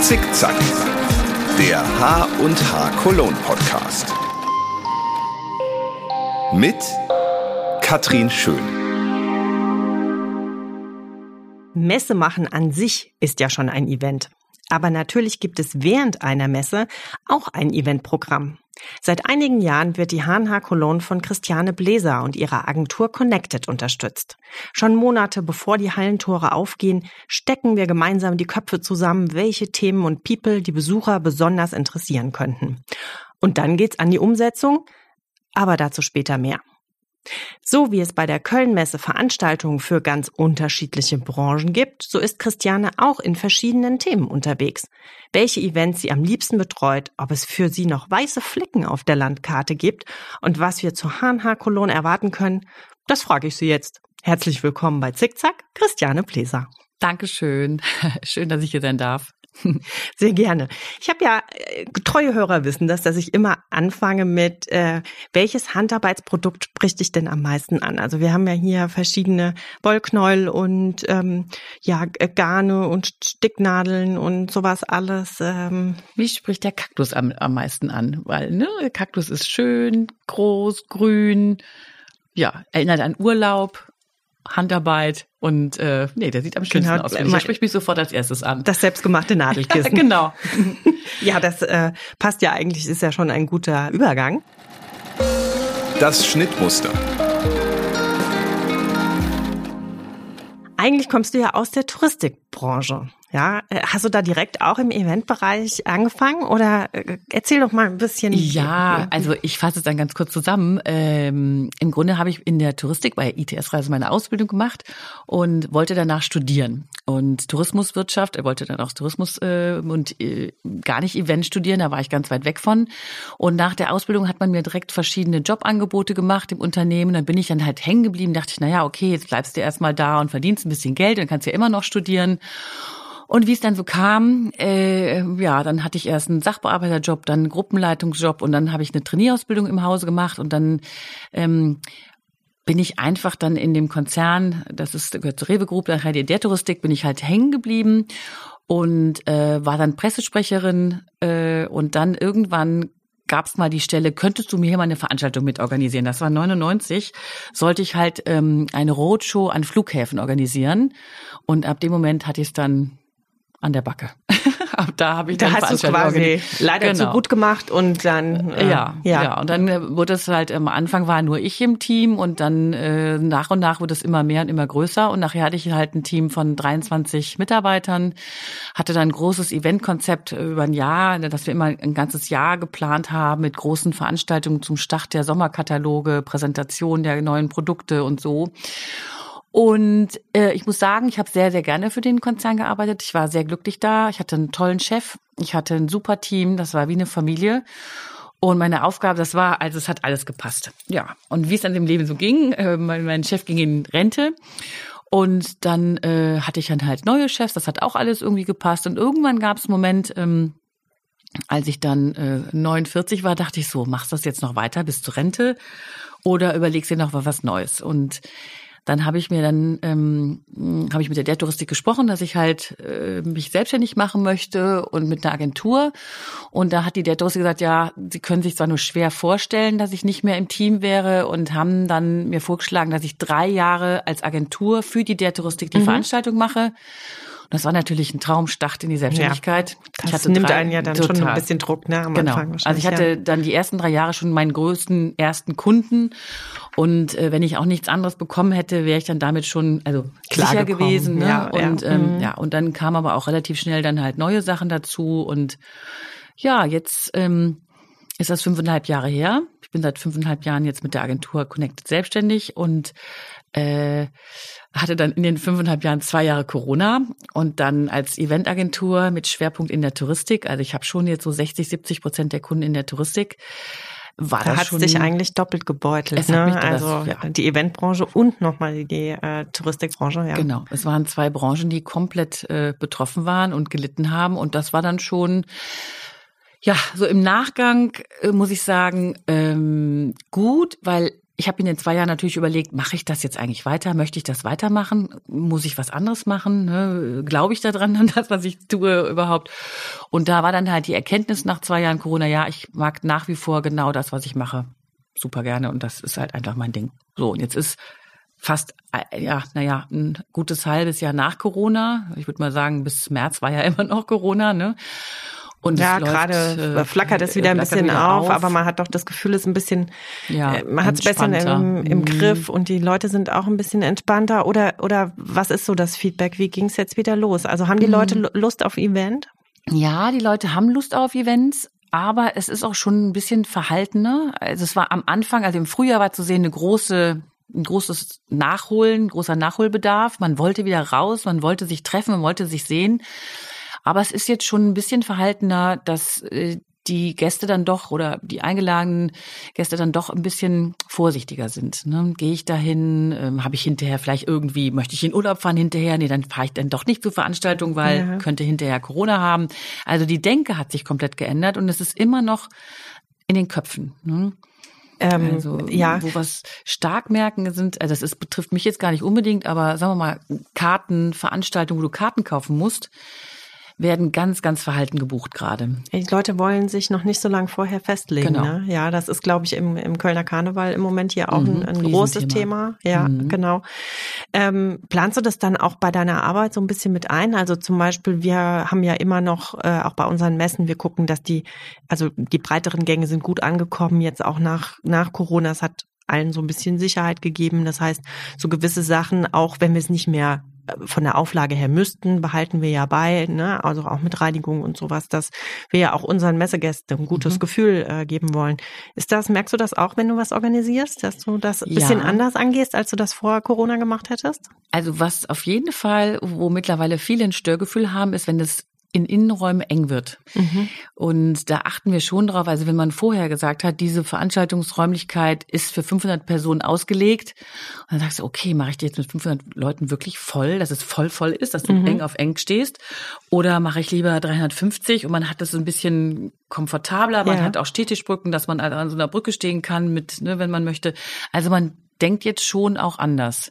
Zickzack, der H&H Cologne Podcast. Mit Katrin Schön. Messe machen an sich ist ja schon ein Event. Aber natürlich gibt es während einer Messe auch ein Eventprogramm. Seit einigen Jahren wird die H&H Cologne von Christiane Bläser und ihrer Agentur Connected unterstützt. Schon Monate bevor die Hallentore aufgehen, stecken wir gemeinsam die Köpfe zusammen, welche Themen und People die Besucher besonders interessieren könnten. Und dann geht's an die Umsetzung, aber dazu später mehr. So wie es bei der Köln-Messe Veranstaltungen für ganz unterschiedliche Branchen gibt, so ist Christiane auch in verschiedenen Themen unterwegs. Welche Events sie am liebsten betreut, ob es für sie noch weiße Flecken auf der Landkarte gibt und was wir zur H&H Cologne erwarten können, das frage ich sie jetzt. Herzlich willkommen bei Zickzack, Christiane Bläser. Dankeschön. Schön, dass ich hier sein darf. Sehr gerne. Ich habe ja, treue Hörer wissen das, dass ich immer anfange mit, welches Handarbeitsprodukt spricht dich denn am meisten an? Also wir haben ja hier verschiedene Wollknäuel und Garne und Sticknadeln und sowas alles. Mich spricht der Kaktus am meisten an, weil der Kaktus ist schön, groß, grün, ja, erinnert an Urlaub. Handarbeit und der sieht am schönsten aus. Der spricht mich sofort als erstes an. Das selbstgemachte Nadelkissen. Genau. Ja, das passt ja eigentlich, ist ja schon ein guter Übergang. Das Schnittmuster. Eigentlich kommst du ja aus der Touristikbranche. Ja, hast du da direkt auch im Eventbereich angefangen oder erzähl doch mal ein bisschen. Ja, also ich fasse es dann ganz kurz zusammen. Im Grunde habe ich in der Touristik bei ITS-Reise meine Ausbildung gemacht und wollte danach studieren. Und Tourismuswirtschaft, wollte dann auch Tourismus und gar nicht Event studieren, da war ich ganz weit weg von. Und nach der Ausbildung hat man mir direkt verschiedene Jobangebote gemacht im Unternehmen. Dann bin ich dann halt hängen geblieben, dachte ich, naja, okay, jetzt bleibst du erstmal da und verdienst ein bisschen Geld, dann kannst du ja immer noch studieren. Und wie es dann so kam, dann hatte ich erst einen Sachbearbeiterjob, dann einen Gruppenleitungsjob und dann habe ich eine Trainee-Ausbildung im Hause gemacht und dann bin ich einfach dann in dem Konzern, gehört zur Rewe Group, nachher der Touristik, bin ich halt hängen geblieben und war dann Pressesprecherin und dann irgendwann gab's mal die Stelle, könntest du mir hier mal eine Veranstaltung mit organisieren? Das war 99, sollte ich halt eine Roadshow an Flughäfen organisieren und ab dem Moment hatte ich es dann an der Backe. Ab da habe ich dann hast du quasi leider zu gut gemacht und dann ja und dann wurde es halt am Anfang war nur ich im Team und dann nach und nach wurde es immer mehr und immer größer und nachher hatte ich halt ein Team von 23 Mitarbeitern, hatte dann ein großes Eventkonzept über ein Jahr, dass wir immer ein ganzes Jahr geplant haben mit großen Veranstaltungen zum Start der Sommerkataloge, Präsentation der neuen Produkte und so. Und ich muss sagen, ich habe sehr, sehr gerne für den Konzern gearbeitet. Ich war sehr glücklich da. Ich hatte einen tollen Chef. Ich hatte ein super Team. Das war wie eine Familie. Und meine Aufgabe, es hat alles gepasst. Ja. Und wie es dann im Leben so ging, mein Chef ging in Rente. Und dann hatte ich dann halt neue Chefs. Das hat auch alles irgendwie gepasst. Und irgendwann gab es einen Moment, als ich dann 49 war, dachte ich so, machst du das jetzt noch weiter bis zur Rente? Oder überlegst dir noch was Neues? Und dann habe ich mit der Touristik gesprochen, dass ich halt mich selbstständig machen möchte und mit einer Agentur. Und da hat die Touristik gesagt, ja, sie können sich zwar nur schwer vorstellen, dass ich nicht mehr im Team wäre und haben dann mir vorgeschlagen, dass ich 3 Jahre als Agentur für die Touristik die Veranstaltung mache. Und das war natürlich ein Traumstart in die Selbstständigkeit. Ja, das nimmt einen ja dann schon ein bisschen Druck, ne, am Anfang. Also ich hatte dann die ersten 3 Jahre schon meinen größten ersten Kunden. Und wenn ich auch nichts anderes bekommen hätte, wäre ich dann damit schon sicher gewesen. Ne? Und dann kamen aber auch relativ schnell dann halt neue Sachen dazu. Und ja, jetzt ist das 5,5 Jahre her. Ich bin seit 5,5 Jahren jetzt mit der Agentur Connected selbstständig und hatte dann in den 5,5 Jahren 2 Jahre Corona und dann als Eventagentur mit Schwerpunkt in der Touristik. Also ich habe schon jetzt so 60-70% der Kunden in der Touristik. Da hat es dich eigentlich doppelt gebeutelt, ne? Also die Eventbranche und nochmal die Touristikbranche, ja. Genau, es waren 2 Branchen, die komplett betroffen waren und gelitten haben und das war dann schon, ja, so im Nachgang muss ich sagen, gut, weil Ich habe in den 2 Jahren natürlich überlegt, mache ich das jetzt eigentlich weiter? Möchte ich das weitermachen? Muss ich was anderes machen? Ne? Glaube ich daran, an das, was ich tue überhaupt? Und da war dann halt die Erkenntnis nach 2 Jahren Corona, ja, ich mag nach wie vor genau das, was ich mache. Super gerne und das ist halt einfach mein Ding. So, und jetzt ist fast, ein gutes halbes Jahr nach Corona. Ich würde mal sagen, bis März war ja immer noch Corona, ne? Und ja, gerade flackert es wieder ein bisschen auf, aber man hat doch das Gefühl, es ist ein bisschen, man hat es besser im Griff und die Leute sind auch ein bisschen entspannter. Oder was ist so das Feedback? Wie ging es jetzt wieder los? Also haben die Leute Lust auf Event? Ja, die Leute haben Lust auf Events, aber es ist auch schon ein bisschen verhaltener. Also es war am Anfang, also im Frühjahr war zu sehen ein großes Nachholen, großer Nachholbedarf. Man wollte wieder raus, man wollte sich treffen, man wollte sich sehen. Aber es ist jetzt schon ein bisschen verhaltener, dass die Gäste dann doch oder die eingeladenen Gäste dann doch ein bisschen vorsichtiger sind. Ne? Gehe ich dahin? Habe ich hinterher vielleicht irgendwie, möchte ich in Urlaub fahren hinterher? Nee, dann fahre ich dann doch nicht zur Veranstaltung, weil könnte hinterher Corona haben. Also die Denke hat sich komplett geändert und es ist immer noch in den Köpfen. Ne? Wo wir es stark merken sind, also betrifft mich jetzt gar nicht unbedingt, aber sagen wir mal, Veranstaltungen, wo du Karten kaufen musst, werden ganz, ganz verhalten gebucht gerade. Die Leute wollen sich noch nicht so lange vorher festlegen. Genau. Ne? Ja, das ist, glaube ich, im Kölner Karneval im Moment hier auch ein großes Thema. Ja, genau. Planst du das dann auch bei deiner Arbeit so ein bisschen mit ein? Also zum Beispiel, wir haben ja immer noch, auch bei unseren Messen, wir gucken, dass die breiteren Gänge sind gut angekommen, jetzt auch nach Corona. Es hat allen so ein bisschen Sicherheit gegeben. Das heißt, so gewisse Sachen, auch wenn wir es nicht mehr von der Auflage her müssten, behalten wir ja bei, ne? Also auch mit Reinigung und sowas, dass wir ja auch unseren Messegästen ein gutes Gefühl geben wollen. Merkst du das auch, wenn du was organisierst, dass du das ein bisschen anders angehst, als du das vor Corona gemacht hättest? Also was auf jeden Fall, wo mittlerweile viele ein Störgefühl haben, ist, wenn es in Innenräumen eng wird. Und da achten wir schon drauf, also wenn man vorher gesagt hat, diese Veranstaltungsräumlichkeit ist für 500 Personen ausgelegt, und dann sagst du, okay, mache ich die jetzt mit 500 Leuten wirklich voll, dass es voll ist, dass du eng auf eng stehst, oder mache ich lieber 350 und man hat das so ein bisschen komfortabler, man hat auch Stehtischbrücken, dass man an so einer Brücke stehen kann, wenn man möchte. Also man denkt jetzt schon auch anders.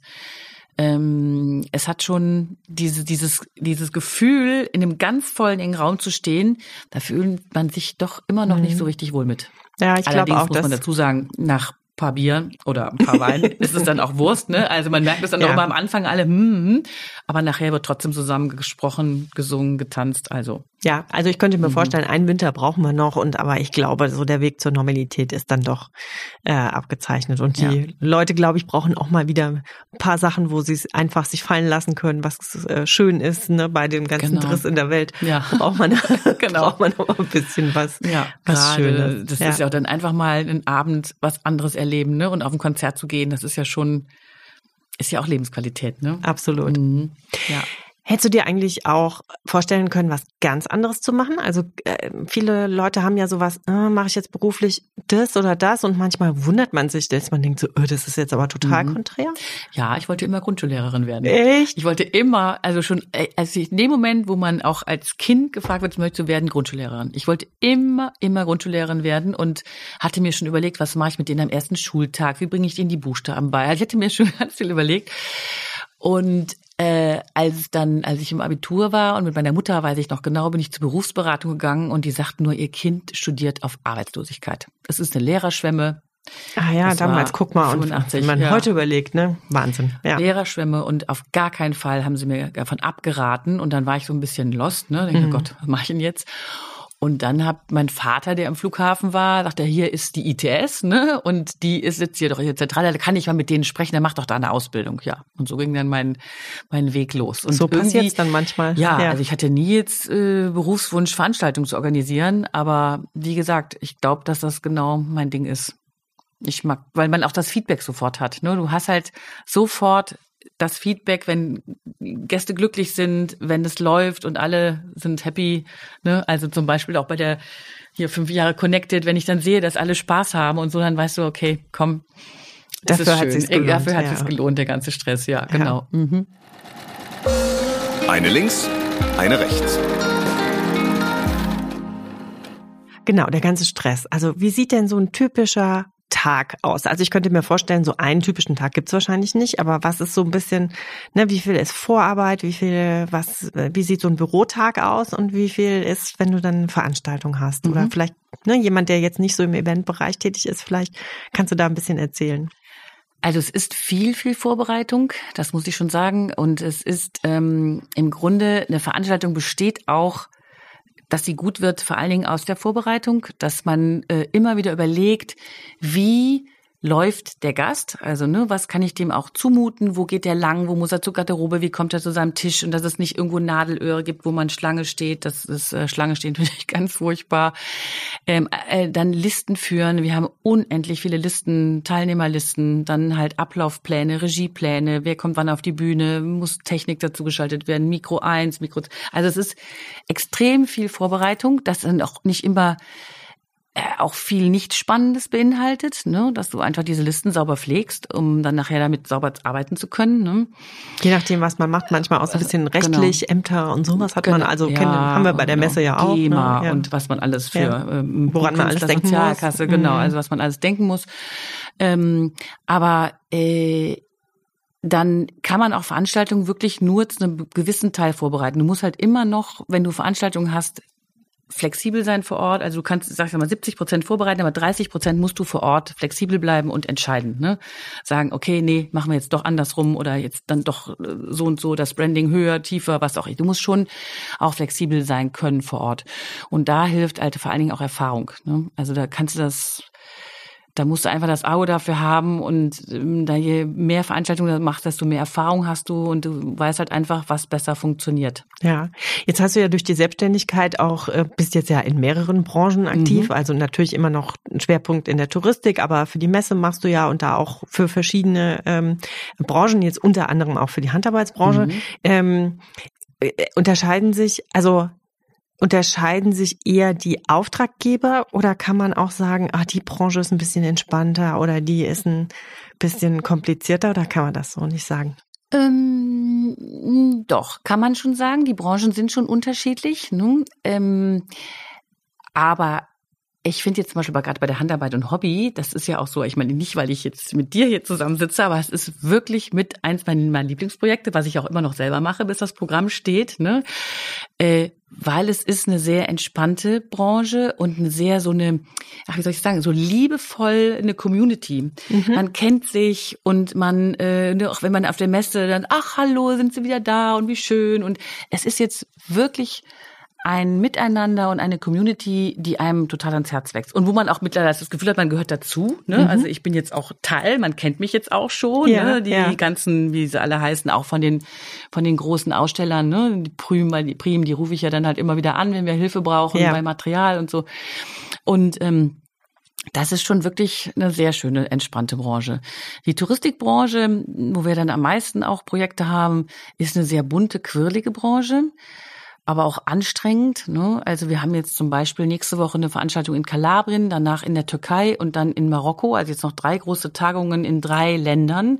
Es hat schon dieses Gefühl, in einem ganz vollen, engen Raum zu stehen, da fühlt man sich doch immer noch nicht so richtig wohl mit. Ja, ich glaube auch, muss man dazu sagen, nach ein paar Bier oder ein paar Wein ist es dann auch Wurst, ne? Also man merkt es dann auch immer am Anfang alle, aber nachher wird trotzdem zusammen gesprochen, gesungen, getanzt, also. Ja, also ich könnte mir vorstellen, einen Winter brauchen wir noch, aber ich glaube, so der Weg zur Normalität ist dann doch abgezeichnet. Und die Leute, glaube ich, brauchen auch mal wieder ein paar Sachen, wo sie es einfach sich fallen lassen können, was schön ist, ne, bei dem ganzen Driss in der Welt. Ja. Braucht man auch ein bisschen was Schönes. Das ist ja auch dann einfach mal einen Abend was anderes erleben, ne, und auf ein Konzert zu gehen, das ist ja schon, ist ja auch Lebensqualität, ne? Absolut. Ja. Hättest du dir eigentlich auch vorstellen können, was ganz anderes zu machen? Also viele Leute haben ja sowas, mache ich jetzt beruflich das oder das? Und manchmal wundert man sich, dass man denkt so, das ist jetzt aber total konträr. Ja, ich wollte immer Grundschullehrerin werden. Echt? Ich wollte immer, in dem Moment, wo man auch als Kind gefragt wird, möchtest du werden, Grundschullehrerin. Ich wollte immer Grundschullehrerin werden und hatte mir schon überlegt, was mache ich mit denen am ersten Schultag? Wie bringe ich denen die Buchstaben bei? Also ich hatte mir schon ganz viel überlegt. Und als ich im Abitur war und mit meiner Mutter, weiß ich noch genau, bin ich zur Berufsberatung gegangen und die sagten nur, ihr Kind studiert auf Arbeitslosigkeit. Es ist eine Lehrerschwemme. Ah ja, das damals, guck mal, 85, und wenn man heute überlegt, ne? Wahnsinn. Ja. Lehrerschwemme und auf gar keinen Fall haben sie mir davon abgeraten und dann war ich so ein bisschen lost, ne? Denke, Gott, was mache ich denn jetzt? Und dann hat mein Vater, der am Flughafen war, dachte, hier ist die ITS, ne? Und die sitzt hier doch in der Zentrale, da kann ich mal mit denen sprechen, der macht doch da eine Ausbildung, ja. Und so ging dann mein Weg los. Und so passiert es dann manchmal. Ja, also ich hatte nie jetzt Berufswunsch, Veranstaltungen zu organisieren, aber wie gesagt, ich glaube, dass das genau mein Ding ist. Ich mag, weil man auch das Feedback sofort hat, ne? Du hast halt sofort das Feedback, wenn Gäste glücklich sind, wenn es läuft und alle sind happy, ne? Also zum Beispiel auch bei der hier 5 Jahre Connected, wenn ich dann sehe, dass alle Spaß haben und so, dann weißt du, okay, komm, das ist schön. Dafür hat es gelohnt, der ganze Stress, ja, genau. Ja. Eine links, eine rechts. Genau, der ganze Stress. Also wie sieht denn so ein typischer Tag aus? Also ich könnte mir vorstellen, so einen typischen Tag gibt's wahrscheinlich nicht, aber was ist so ein bisschen, ne, wie viel ist Vorarbeit, wie sieht so ein Bürotag aus und wie viel ist, wenn du dann eine Veranstaltung hast? Oder vielleicht, ne, jemand, der jetzt nicht so im Eventbereich tätig ist, vielleicht kannst du da ein bisschen erzählen. Also es ist viel Vorbereitung, das muss ich schon sagen. Und es ist im Grunde, eine Veranstaltung besteht auch, dass sie gut wird, vor allen Dingen aus der Vorbereitung, dass man immer wieder überlegt, wie läuft der Gast, also ne, was kann ich dem auch zumuten, wo geht der lang, wo muss er zur Garderobe, wie kommt er zu seinem Tisch und dass es nicht irgendwo Nadelöhre gibt, wo man Schlange steht, das ist Schlange stehen finde ich ganz furchtbar. Dann Listen führen, wir haben unendlich viele Listen, Teilnehmerlisten, dann halt Ablaufpläne, Regiepläne, wer kommt wann auf die Bühne, muss Technik dazu geschaltet werden, Mikro 1, also es ist extrem viel Vorbereitung, das dann auch nicht immer auch viel nichts Spannendes beinhaltet, ne, dass du einfach diese Listen sauber pflegst, um dann nachher damit sauber arbeiten zu können. Ne. Je nachdem, was man macht, manchmal auch so ein bisschen rechtlich, genau. Ämter und sowas hat man, also haben wir bei der Messe ja auch. GEMA, ne? Und was man alles für woran man alles denken Sozialkasse, muss. Genau, also was man alles denken muss. Aber dann kann man auch Veranstaltungen wirklich nur zu einem gewissen Teil vorbereiten. Du musst halt immer noch, wenn du Veranstaltungen hast, flexibel sein vor Ort, also du kannst, sag ich mal, 70% vorbereiten, aber 30% musst du vor Ort flexibel bleiben und entscheiden, ne? Sagen, okay, nee, machen wir jetzt doch andersrum oder jetzt dann doch so und so, das Branding höher, tiefer, was auch immer. Du musst schon auch flexibel sein können vor Ort. Und da hilft halt vor allen Dingen auch Erfahrung, ne? Also da musst du einfach das Auge dafür haben und da je mehr Veranstaltungen du machst, desto mehr Erfahrung hast du und du weißt halt einfach, was besser funktioniert. Ja, jetzt hast du ja durch die Selbstständigkeit auch, bist jetzt ja in mehreren Branchen aktiv, also natürlich immer noch ein Schwerpunkt in der Touristik, aber für die Messe machst du ja und da auch für verschiedene Branchen, jetzt unter anderem auch für die Handarbeitsbranche, unterscheiden sich eher die Auftraggeber oder kann man auch sagen, die Branche ist ein bisschen entspannter oder die ist ein bisschen komplizierter oder kann man das so nicht sagen? Doch, kann man schon sagen. Die Branchen sind schon unterschiedlich, ne? Aber ich finde jetzt zum Beispiel gerade bei der Handarbeit und Hobby, das ist ja auch so, ich meine nicht, weil ich jetzt mit dir hier zusammensitze, aber es ist wirklich mit eins meiner Lieblingsprojekte, was ich auch immer noch selber mache, bis das Programm steht, ne? Weil es ist eine sehr entspannte Branche und eine sehr so liebevoll eine Community. Man kennt sich und man, auch wenn man auf der Messe dann, ach hallo, sind Sie wieder da und wie schön und es ist jetzt wirklich ein Miteinander und eine Community, die einem total ans Herz wächst. Und wo man auch mittlerweile das Gefühl hat, man gehört dazu. Ne? Also ich bin jetzt auch Teil, man kennt mich jetzt auch schon. Ne? Die ganzen, wie sie alle heißen, auch von den großen Ausstellern. Ne? Die Prüm, die rufe ich ja dann halt immer wieder an, wenn wir Hilfe brauchen bei Material und so. Und das ist schon wirklich eine sehr schöne, entspannte Branche. Die Touristikbranche, wo wir dann am meisten auch Projekte haben, ist eine sehr bunte, quirlige Branche. Aber auch anstrengend, ne? Also wir haben jetzt zum Beispiel nächste Woche eine Veranstaltung in Kalabrien, danach in der Türkei und dann in Marokko. Also jetzt noch 3 große Tagungen in 3 Ländern.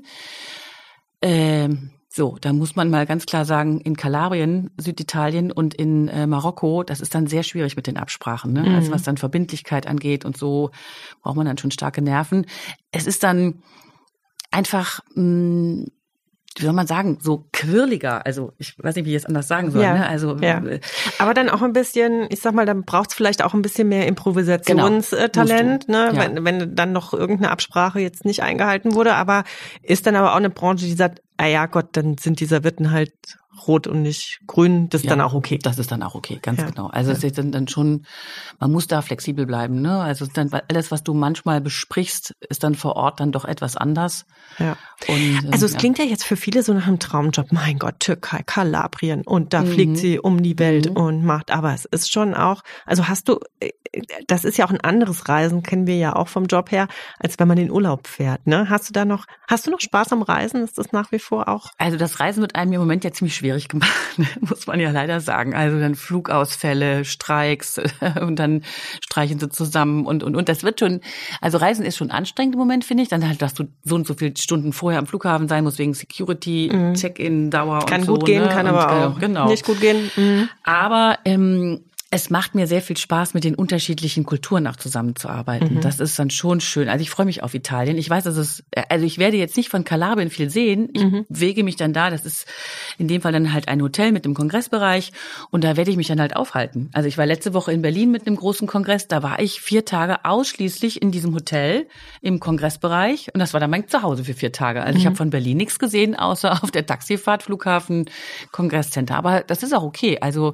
Da muss man mal ganz klar sagen, in Kalabrien, Süditalien und in Marokko, das ist dann sehr schwierig mit den Absprachen, ne? Also was dann Verbindlichkeit angeht und so, braucht man dann schon starke Nerven. Es ist dann einfach wie soll man sagen, so quirliger, also ich weiß nicht, wie ich es anders sagen soll. Ne? Also, aber dann auch ein bisschen, ich sag mal, dann braucht es vielleicht auch ein bisschen mehr Improvisationstalent, ne? Wenn dann noch irgendeine Absprache jetzt nicht eingehalten wurde, aber ist dann aber auch eine Branche, die sagt, dann sind die Servietten halt rot und nicht grün, das ist dann auch okay. Das ist dann auch okay, ganz genau. Also es ist dann schon, man muss da flexibel bleiben, ne? Also dann alles, was du manchmal besprichst, ist dann vor Ort dann doch etwas anders. Ja. Und, also es klingt ja jetzt für viele so nach einem Traumjob. Mein Gott, Türkei, Kalabrien und da fliegt sie um die Welt und macht, aber es ist schon auch, also das ist ja auch ein anderes Reisen, kennen wir ja auch vom Job her, als wenn man in Urlaub fährt, ne? Hast du noch Spaß am Reisen? Ist das nach wie vor auch? Also das Reisen wird einem im Moment ja ziemlich schwierig gemacht, muss man ja leider sagen. Also dann Flugausfälle, Streiks und dann streichen sie zusammen und das wird schon, also Reisen ist schon anstrengend im Moment, finde ich. Dann halt, dass du so und so viele Stunden vorher am Flughafen sein musst, wegen Security, Check-in, Dauer kann und so. Kann gut gehen, ne? kann aber auch genau. nicht gut gehen. Aber Es macht mir sehr viel Spaß, mit den unterschiedlichen Kulturen auch zusammenzuarbeiten. Das ist dann schon schön. Also ich freue mich auf Italien. Ich weiß, ich werde jetzt nicht von Kalabrien viel sehen. Ich wege mich dann da. Das ist in dem Fall dann halt ein Hotel mit einem Kongressbereich. Und da werde ich mich dann halt aufhalten. Also ich war letzte Woche in Berlin mit einem großen Kongress. Da war ich 4 Tage ausschließlich in diesem Hotel im Kongressbereich. Und das war dann mein Zuhause für 4 Tage. Also ich habe von Berlin nichts gesehen, außer auf der Taxifahrt, Flughafen, Kongresscenter. Aber das ist auch okay. Also,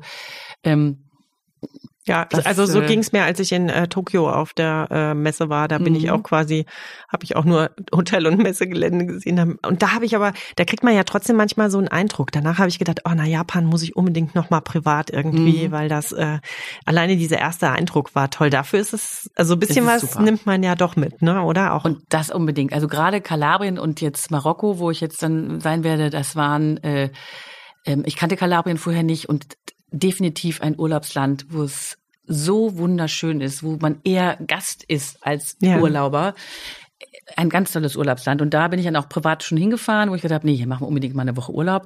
ja, also so ging's mir, als ich in Tokio auf der Messe war. Da bin ich auch habe ich auch nur Hotel- und Messegelände gesehen. Und da kriegt man ja trotzdem manchmal so einen Eindruck. Danach habe ich gedacht, nach Japan muss ich unbedingt nochmal privat irgendwie, weil das alleine dieser erste Eindruck war toll. Dafür ist es, also ein bisschen was super. Nimmt man ja doch mit, ne? Oder auch. Und das unbedingt. Also gerade Kalabrien und jetzt Marokko, wo ich jetzt dann sein werde, das waren, ich kannte Kalabrien vorher nicht und definitiv ein Urlaubsland, wo es so wunderschön ist, wo man eher Gast ist als Urlauber. Ein ganz tolles Urlaubsland. Und da bin ich dann auch privat schon hingefahren, wo ich gedacht habe, nee, hier machen wir unbedingt mal eine Woche Urlaub.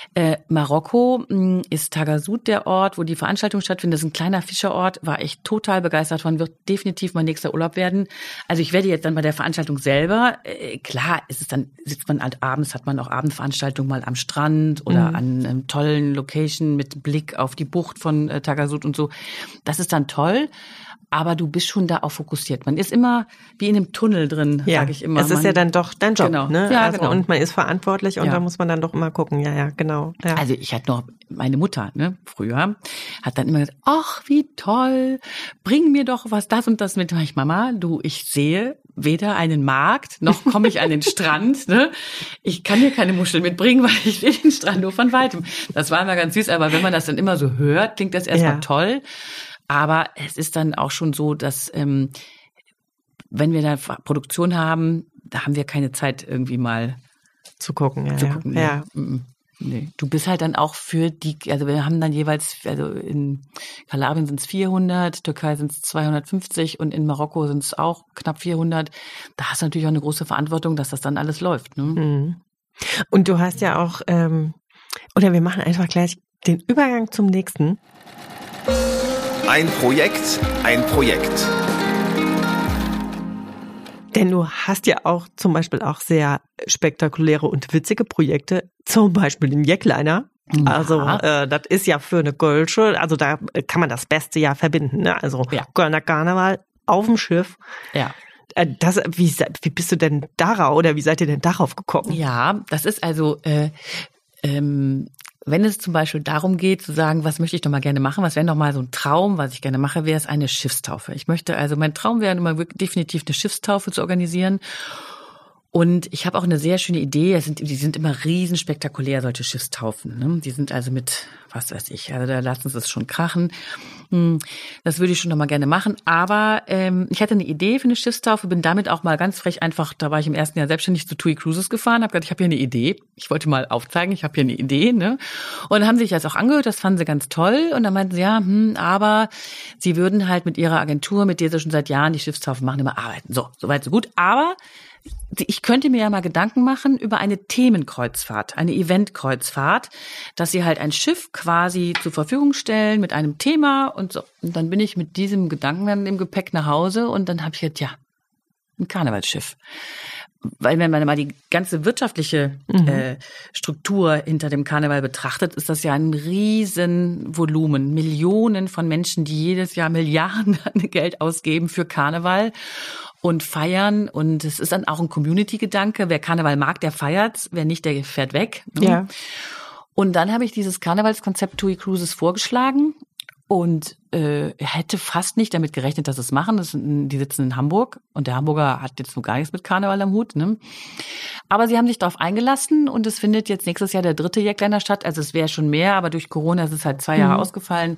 Marokko ist Taghazout der Ort, wo die Veranstaltung stattfindet. Das ist ein kleiner Fischerort, war ich total begeistert von, wird definitiv mein nächster Urlaub werden. Also ich werde jetzt dann bei der Veranstaltung selber, klar, sitzt man halt abends, hat man auch Abendveranstaltungen mal am Strand oder an einem tollen Location mit Blick auf die Bucht von Taghazout und so. Das ist dann toll. Aber du bist schon da auch fokussiert. Man ist immer wie in einem Tunnel drin, sage ich immer. Es ist ja dann doch dein Job, genau. Ne? Ja, also, genau. Und man ist verantwortlich und da muss man dann doch immer gucken. Ja, genau. Ja. Also ich hatte noch meine Mutter, ne, früher, hat dann immer gesagt, ach, wie toll, bring mir doch was das und das mit. Ich, Mama, ich sehe weder einen Markt, noch komme ich an den Strand. Ne? Ich kann dir keine Muscheln mitbringen, weil ich sehe den Strand nur von Weitem. Das war immer ganz süß, aber wenn man das dann immer so hört, klingt das erstmal toll. Aber es ist dann auch schon so, dass wenn wir da Produktion haben, da haben wir keine Zeit irgendwie mal zu gucken. Ja. Nee. Du bist halt dann auch also wir haben dann jeweils, also in Kalabrien sind es 400, Türkei sind es 250 und in Marokko sind es auch knapp 400. Da hast du natürlich auch eine große Verantwortung, dass das dann alles läuft. Ne? Und du hast ja auch, oder wir machen einfach gleich den Übergang zum nächsten. Ein Projekt, ein Projekt. Denn du hast ja auch zum Beispiel auch sehr spektakuläre und witzige Projekte, zum Beispiel den Jackliner. Also das ist ja für eine Kölsche, also da kann man das Beste ja verbinden. Ne? Also Kölner Karneval auf dem Schiff. Ja. Wie bist du denn darauf oder wie seid ihr denn darauf gekommen? Ja, das ist also wenn es zum Beispiel darum geht, zu sagen, was möchte ich doch mal gerne machen, was wäre noch mal so ein Traum, was ich gerne mache, wäre es eine Schiffstaufe. Mein Traum wäre immer definitiv eine Schiffstaufe zu organisieren. Und ich habe auch eine sehr schöne Idee. Die sind immer riesenspektakulär, solche Schiffstaufen. Ne? Die sind also mit, was weiß ich, also da lassen sie es schon krachen. Das würde ich schon noch mal gerne machen. Aber ich hatte eine Idee für eine Schiffstaufe, bin damit auch mal ganz frech einfach, da war ich im ersten Jahr selbstständig zu TUI Cruises gefahren, habe gesagt, ich habe hier eine Idee. Ich wollte mal aufzeigen, ich habe hier eine Idee. Ne? Und dann haben sie sich das auch angehört, das fanden sie ganz toll. Und dann meinten sie, aber sie würden halt mit ihrer Agentur, mit der sie schon seit Jahren die Schiffstaufen machen, immer arbeiten. So weit, so gut. Aber ich könnte mir ja mal Gedanken machen über eine Themenkreuzfahrt, eine Eventkreuzfahrt, dass sie halt ein Schiff quasi zur Verfügung stellen mit einem Thema und so. Und dann bin ich mit diesem Gedanken dann im Gepäck nach Hause und dann habe ich gedacht, ein Karnevalsschiff. Weil wenn man mal die ganze wirtschaftliche Struktur hinter dem Karneval betrachtet, ist das ja ein Riesenvolumen. Millionen von Menschen, die jedes Jahr Milliarden an Geld ausgeben für Karneval und feiern. Und es ist dann auch ein Community-Gedanke. Wer Karneval mag, der feiert's. Wer nicht, der fährt weg. Ja. Und dann habe ich dieses Karnevalskonzept TUI Cruises vorgeschlagen. Und hätte fast nicht damit gerechnet, dass es machen. Die sitzen in Hamburg und der Hamburger hat jetzt so gar nichts mit Karneval am Hut. Ne? Aber sie haben sich darauf eingelassen und es findet jetzt nächstes Jahr der 3. Jackliner statt. Also es wäre schon mehr, aber durch Corona ist es halt 2 Jahre ausgefallen.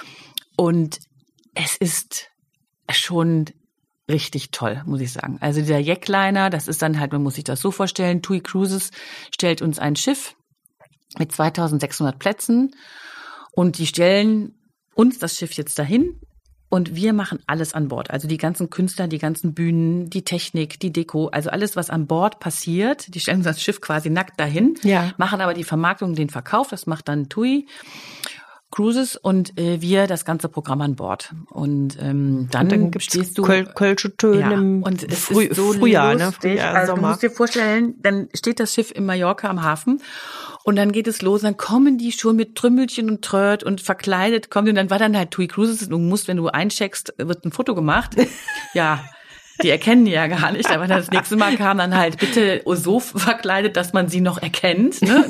Und es ist schon richtig toll, muss ich sagen. Also dieser Jackliner, das ist dann halt, man muss sich das so vorstellen, TUI Cruises stellt uns ein Schiff mit 2600 Plätzen und die stellen uns das Schiff jetzt dahin und wir machen alles an Bord. Also die ganzen Künstler, die ganzen Bühnen, die Technik, die Deko, also alles, was an Bord passiert. Die stellen das Schiff quasi nackt dahin, machen aber die Vermarktung, den Verkauf, das macht dann TUI. Cruises und wir das ganze Programm an Bord. Und dann stehst du Kölsche Töne im und es ist so Frühjahr, lustig. Ne? Also Sommer. du musst dir vorstellen, dann steht das Schiff in Mallorca am Hafen und dann geht es los, dann kommen die schon mit Trümmelchen und Tröd und verkleidet kommen und dann war dann halt TUI Cruises und du musst, wenn du eincheckst, wird ein Foto gemacht. Ja. Die erkennen die ja gar nicht, aber das nächste Mal kam dann halt bitte so verkleidet, dass man sie noch erkennt. Ne?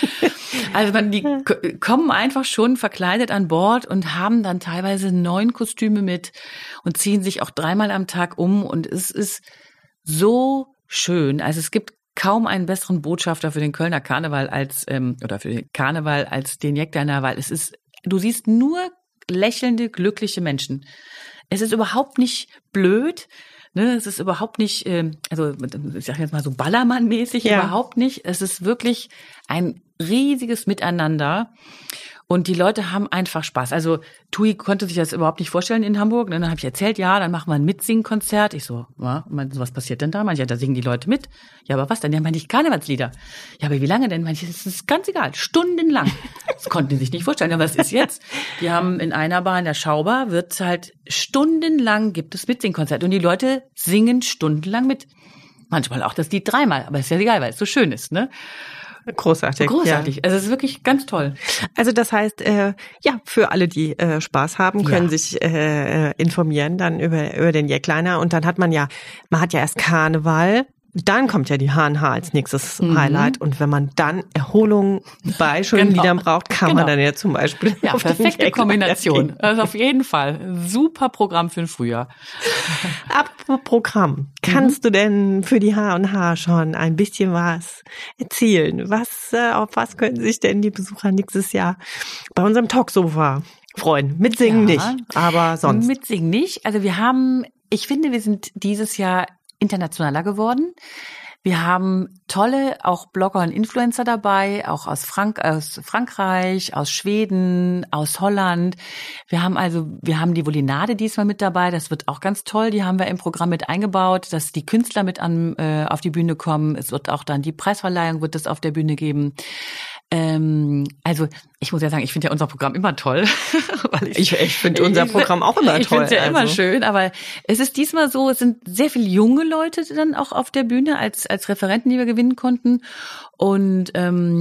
Die kommen einfach schon verkleidet an Bord und haben dann teilweise 9 Kostüme mit und ziehen sich auch 3-mal am Tag um und es ist so schön. Also es gibt kaum einen besseren Botschafter für den Kölner Karneval oder für den Karneval als den Jackkarneval. Du siehst nur lächelnde, glückliche Menschen. Es ist überhaupt nicht blöd. Ne, es ist überhaupt nicht, ich sage jetzt mal so Ballermann-mäßig, überhaupt nicht. Es ist wirklich ein riesiges Miteinander und die Leute haben einfach Spaß. Also TUI konnte sich das überhaupt nicht vorstellen in Hamburg. Dann habe ich erzählt, dann machen wir ein Mitsingen-Konzert. Ich so, was passiert denn da? Manche, da singen die Leute mit. Ja, aber was denn? Ja, meine ich Karnevalslieder. Ja, aber wie lange denn? Manche, das ist ganz egal, stundenlang. Das konnten die sich nicht vorstellen. Aber was ist jetzt? Die haben in einer Bar in der Schaubar, wird halt stundenlang gibt es Mitsingen-Konzert und die Leute singen stundenlang mit. Manchmal auch das Lied 3-mal, aber ist ja egal, weil es so schön ist, ne? Großartig. Großartig. Ja. Also es ist wirklich ganz toll. Also das heißt, für alle, die Spaß haben, können sich informieren dann über den Jackliner und dann hat man hat ja erst Karneval. Dann kommt ja die HNH als nächstes Highlight und wenn man dann Erholung bei schönen Liedern braucht, kann man dann ja zum Beispiel auf perfekte Kombination. Also auf jeden Fall super Programm für den Frühjahr. Apropos Programm, kannst du denn für die H&H schon ein bisschen was erzählen? Auf was können sich denn die Besucher nächstes Jahr bei unserem Talksofa freuen? Mitsingen nicht, aber sonst. Mitsingen nicht. Also ich finde, wir sind dieses Jahr internationaler geworden. Wir haben tolle auch Blogger und Influencer dabei, auch aus Frankreich, aus Schweden, aus Holland. Wir haben die Volinade diesmal mit dabei. Das wird auch ganz toll. Die haben wir im Programm mit eingebaut, dass die Künstler mit auf die Bühne kommen. Es wird auch dann die Preisverleihung wird es auf der Bühne geben. Also ich muss ja sagen, ich finde ja unser Programm immer toll. Weil ich finde unser Programm auch immer toll. Ich finde es ja immer schön, aber es ist diesmal so, es sind sehr viele junge Leute dann auch auf der Bühne als Referenten, die wir gewinnen konnten. Und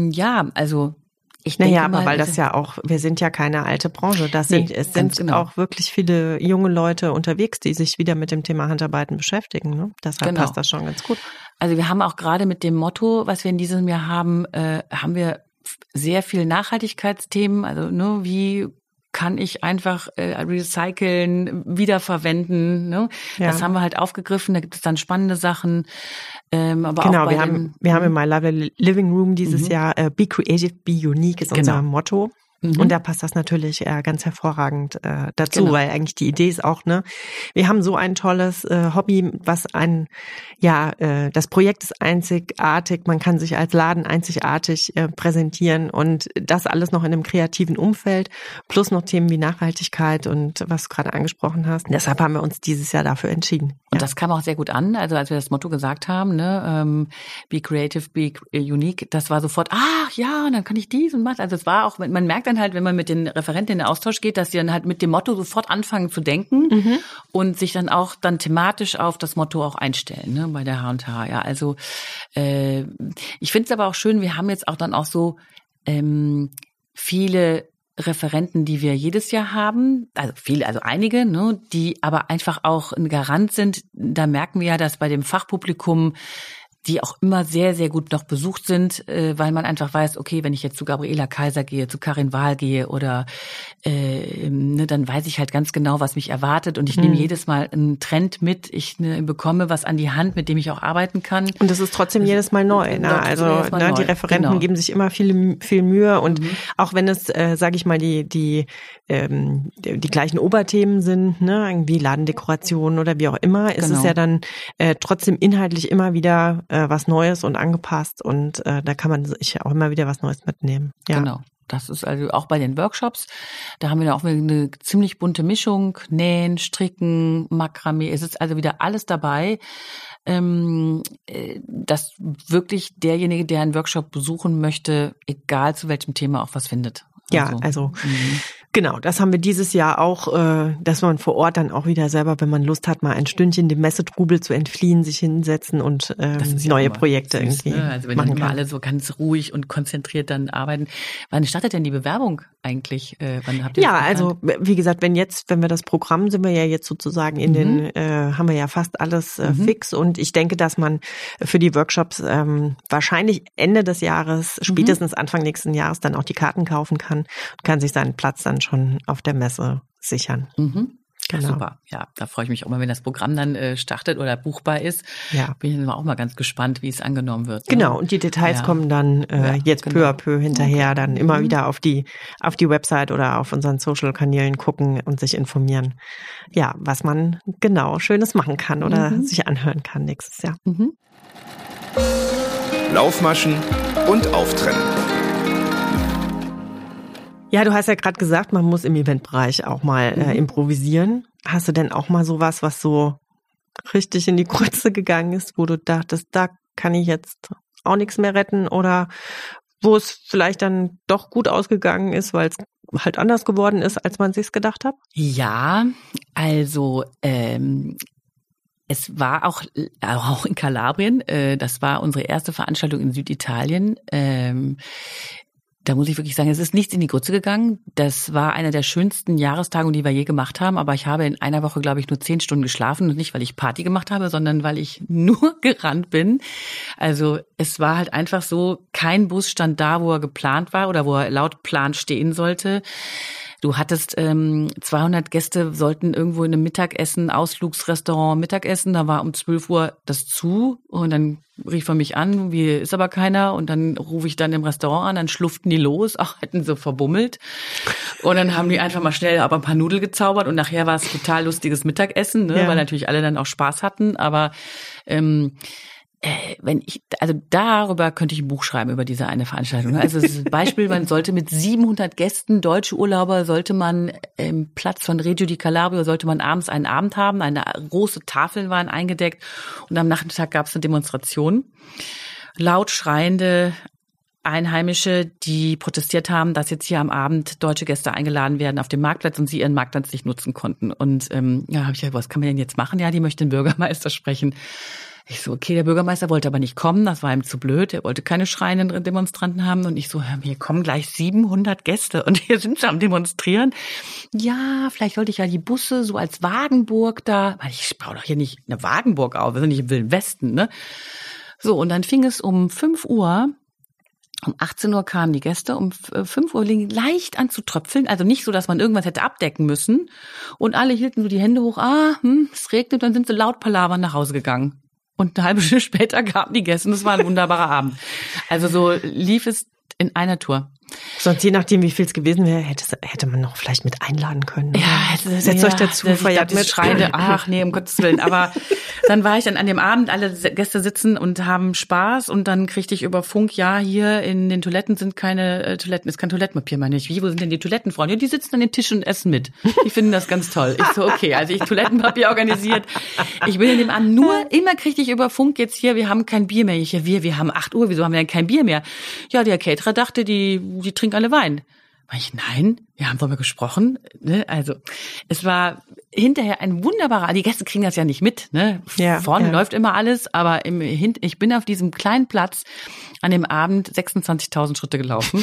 ich denke aber weil das ja auch, wir sind ja keine alte Branche. Es sind auch wirklich viele junge Leute unterwegs, die sich wieder mit dem Thema Handarbeiten beschäftigen. Ne? Deshalb passt das schon ganz gut. Also wir haben auch gerade mit dem Motto, was wir in diesem Jahr haben wir sehr viel Nachhaltigkeitsthemen, also wie kann ich einfach recyceln, wiederverwenden, ne? Ja. Das haben wir halt aufgegriffen, da gibt es dann spannende Sachen. Aber genau, auch wir haben im My Lovely Living Room dieses Jahr Be Creative, Be Unique ist unser Motto. Und da passt das natürlich ganz hervorragend dazu, weil eigentlich die Idee ist auch, wir haben so ein tolles Hobby, das Projekt ist einzigartig, man kann sich als Laden einzigartig präsentieren und das alles noch in einem kreativen Umfeld, plus noch Themen wie Nachhaltigkeit und was du gerade angesprochen hast. Deshalb haben wir uns dieses Jahr dafür entschieden. Und das kam auch sehr gut an, also als wir das Motto gesagt haben, Be Creative, Be Unique, das war sofort, und dann kann ich dies und was, also es war auch, man merkt dann halt, wenn man mit den Referenten in den Austausch geht, dass sie dann halt mit dem Motto sofort anfangen zu denken und sich dann auch thematisch auf das Motto auch einstellen, bei der H&H. Ja, also ich finde es aber auch schön, wir haben jetzt auch dann auch so viele Referenten, die wir jedes Jahr haben, also einige, die aber einfach auch ein Garant sind. Da merken wir ja, dass bei dem Fachpublikum die auch immer sehr, sehr gut noch besucht sind, weil man einfach weiß, okay, wenn ich jetzt zu Gabriela Kaiser gehe, zu Karin Wahl gehe oder dann weiß ich halt ganz genau, was mich erwartet und ich nehme jedes Mal einen Trend mit, ich bekomme was an die Hand, mit dem ich auch arbeiten kann. Und das ist trotzdem jedes Mal neu. Die Referenten geben sich immer viel Mühe und auch wenn es, sage ich mal, die gleichen Oberthemen sind, irgendwie Ladendekoration oder wie auch immer, ist es ja dann trotzdem inhaltlich immer wieder was Neues und angepasst und da kann man sich auch immer wieder was Neues mitnehmen. Ja. Genau. Das ist also auch bei den Workshops, da haben wir auch eine ziemlich bunte Mischung, Nähen, Stricken, Makramee, es ist also wieder alles dabei, dass wirklich derjenige, der einen Workshop besuchen möchte, egal zu welchem Thema auch was findet. Ja, also genau, das haben wir dieses Jahr auch, dass man vor Ort dann auch wieder selber, wenn man Lust hat, mal ein Stündchen dem Messetrubel zu entfliehen, sich hinsetzen und neue Projekte süß, irgendwie ne? Also wenn machen dann immer kann. alle so ganz ruhig und konzentriert dann arbeiten. Wann startet denn die Bewerbung eigentlich? Wann habt ihr Ja, das geplant? also wie gesagt, wenn wir das Programm, sind wir ja jetzt sozusagen in den, haben wir ja fast alles fix, und ich denke, dass man für die Workshops wahrscheinlich Ende des Jahres, spätestens Anfang nächsten Jahres dann auch die Karten kaufen kann und kann sich seinen Platz dann schon auf der Messe sichern. Ja, Genau. super. Ja, da freue ich mich auch mal, wenn das Programm dann startet oder buchbar ist. Ja. Bin ich auch mal ganz gespannt, wie es angenommen wird. Ne? Genau, und die Details kommen dann jetzt peu à peu hinterher, dann immer wieder auf die Website oder auf unseren Social-Kanälen gucken und sich informieren, ja, was man genau Schönes machen kann oder sich anhören kann nächstes Jahr. Laufmaschen und Auftrennen. Ja, du hast ja gerade gesagt, man muss im Eventbereich auch mal improvisieren. Hast du denn auch mal sowas, was so richtig in die Grütze gegangen ist, wo du dachtest, da kann ich jetzt auch nichts mehr retten, oder wo es vielleicht dann doch gut ausgegangen ist, weil es halt anders geworden ist, als man sich's gedacht hat? Ja, also es war auch in Kalabrien. Das war unsere erste Veranstaltung in Süditalien. Da muss ich wirklich sagen, es ist nichts in die Grütze gegangen. Das war einer der schönsten Jahrestagungen, die wir je gemacht haben. Aber ich habe in einer Woche, glaube ich, nur 10 Stunden geschlafen. Und nicht, weil ich Party gemacht habe, sondern weil ich nur gerannt bin. Also es war halt einfach so, kein Bus stand da, wo er geplant war oder wo er laut Plan stehen sollte. Du hattest 200 Gäste, sollten irgendwo in einem Mittagessen, Ausflugsrestaurant Mittagessen. Da war um 12 Uhr das zu. Und dann rief er mich an, wie ist aber keiner. Und dann rufe ich dann im Restaurant an, dann schluften die los, auch hätten so verbummelt. Und dann haben die einfach mal schnell aber ein paar Nudeln gezaubert. Und nachher war es total lustiges Mittagessen, ne? Weil natürlich alle dann auch Spaß hatten. Aber darüber könnte ich ein Buch schreiben, über diese eine Veranstaltung. Also das Beispiel, man sollte mit 700 Gästen, deutsche Urlauber, sollte man im Platz von Reggio di Calabria, sollte man abends einen Abend haben, eine große Tafeln waren eingedeckt und am Nachmittag gab es eine Demonstration. Laut schreiende Einheimische, die protestiert haben, dass jetzt hier am Abend deutsche Gäste eingeladen werden auf dem Marktplatz und sie ihren Marktplatz nicht nutzen konnten. Und habe ich gesagt, was kann man denn jetzt machen? Ja, die möchten den Bürgermeister sprechen. Ich so, okay, der Bürgermeister wollte aber nicht kommen, das war ihm zu blöd, er wollte keine schreienden Demonstranten haben und ich so, hier kommen gleich 700 Gäste und hier sind sie am Demonstrieren. Ja, vielleicht sollte ich ja die Busse so als Wagenburg da, weil ich baue doch hier nicht eine Wagenburg auf, wir sind nicht im Wilden Westen, ne? So, und dann fing es um 5 Uhr, um 18 Uhr kamen die Gäste, um 5 Uhr leicht an zu tröpfeln, also nicht so, dass man irgendwas hätte abdecken müssen und alle hielten so die Hände hoch, es regnet, dann sind sie laut palavern nach Hause gegangen. Und eine halbe Stunde später kamen die Gäste und es war ein wunderbarer Abend. Also so lief es in einer Tour. Sonst je nachdem, wie viel es gewesen wäre, hätte man noch vielleicht mit einladen können. Ja, setzt euch dazu, feiert mit. Schreine, ach nee, um Gottes Willen. Aber dann war ich dann an dem Abend, alle Gäste sitzen und haben Spaß und dann kriegte ich über Funk, ja, hier in den Toiletten sind keine Toiletten, ist kein Toilettenpapier, meine ich. Wie, wo sind denn die Toilettenfrauen? Ja, die sitzen an den Tischen und essen mit. Die finden das ganz toll. Ich so, okay, also ich Toilettenpapier organisiert. Ich bin in dem Abend immer kriegte ich über Funk jetzt hier, wir haben kein Bier mehr. Wir haben 8 Uhr, wieso haben wir denn kein Bier mehr? Ja, der Caterer dachte, die trinken alle Wein. Nein, wir haben darüber gesprochen. Ne? Also es war hinterher ein wunderbarer, die Gäste kriegen das ja nicht mit. Ne? Vorne läuft immer alles, aber ich bin auf diesem kleinen Platz an dem Abend 26.000 Schritte gelaufen,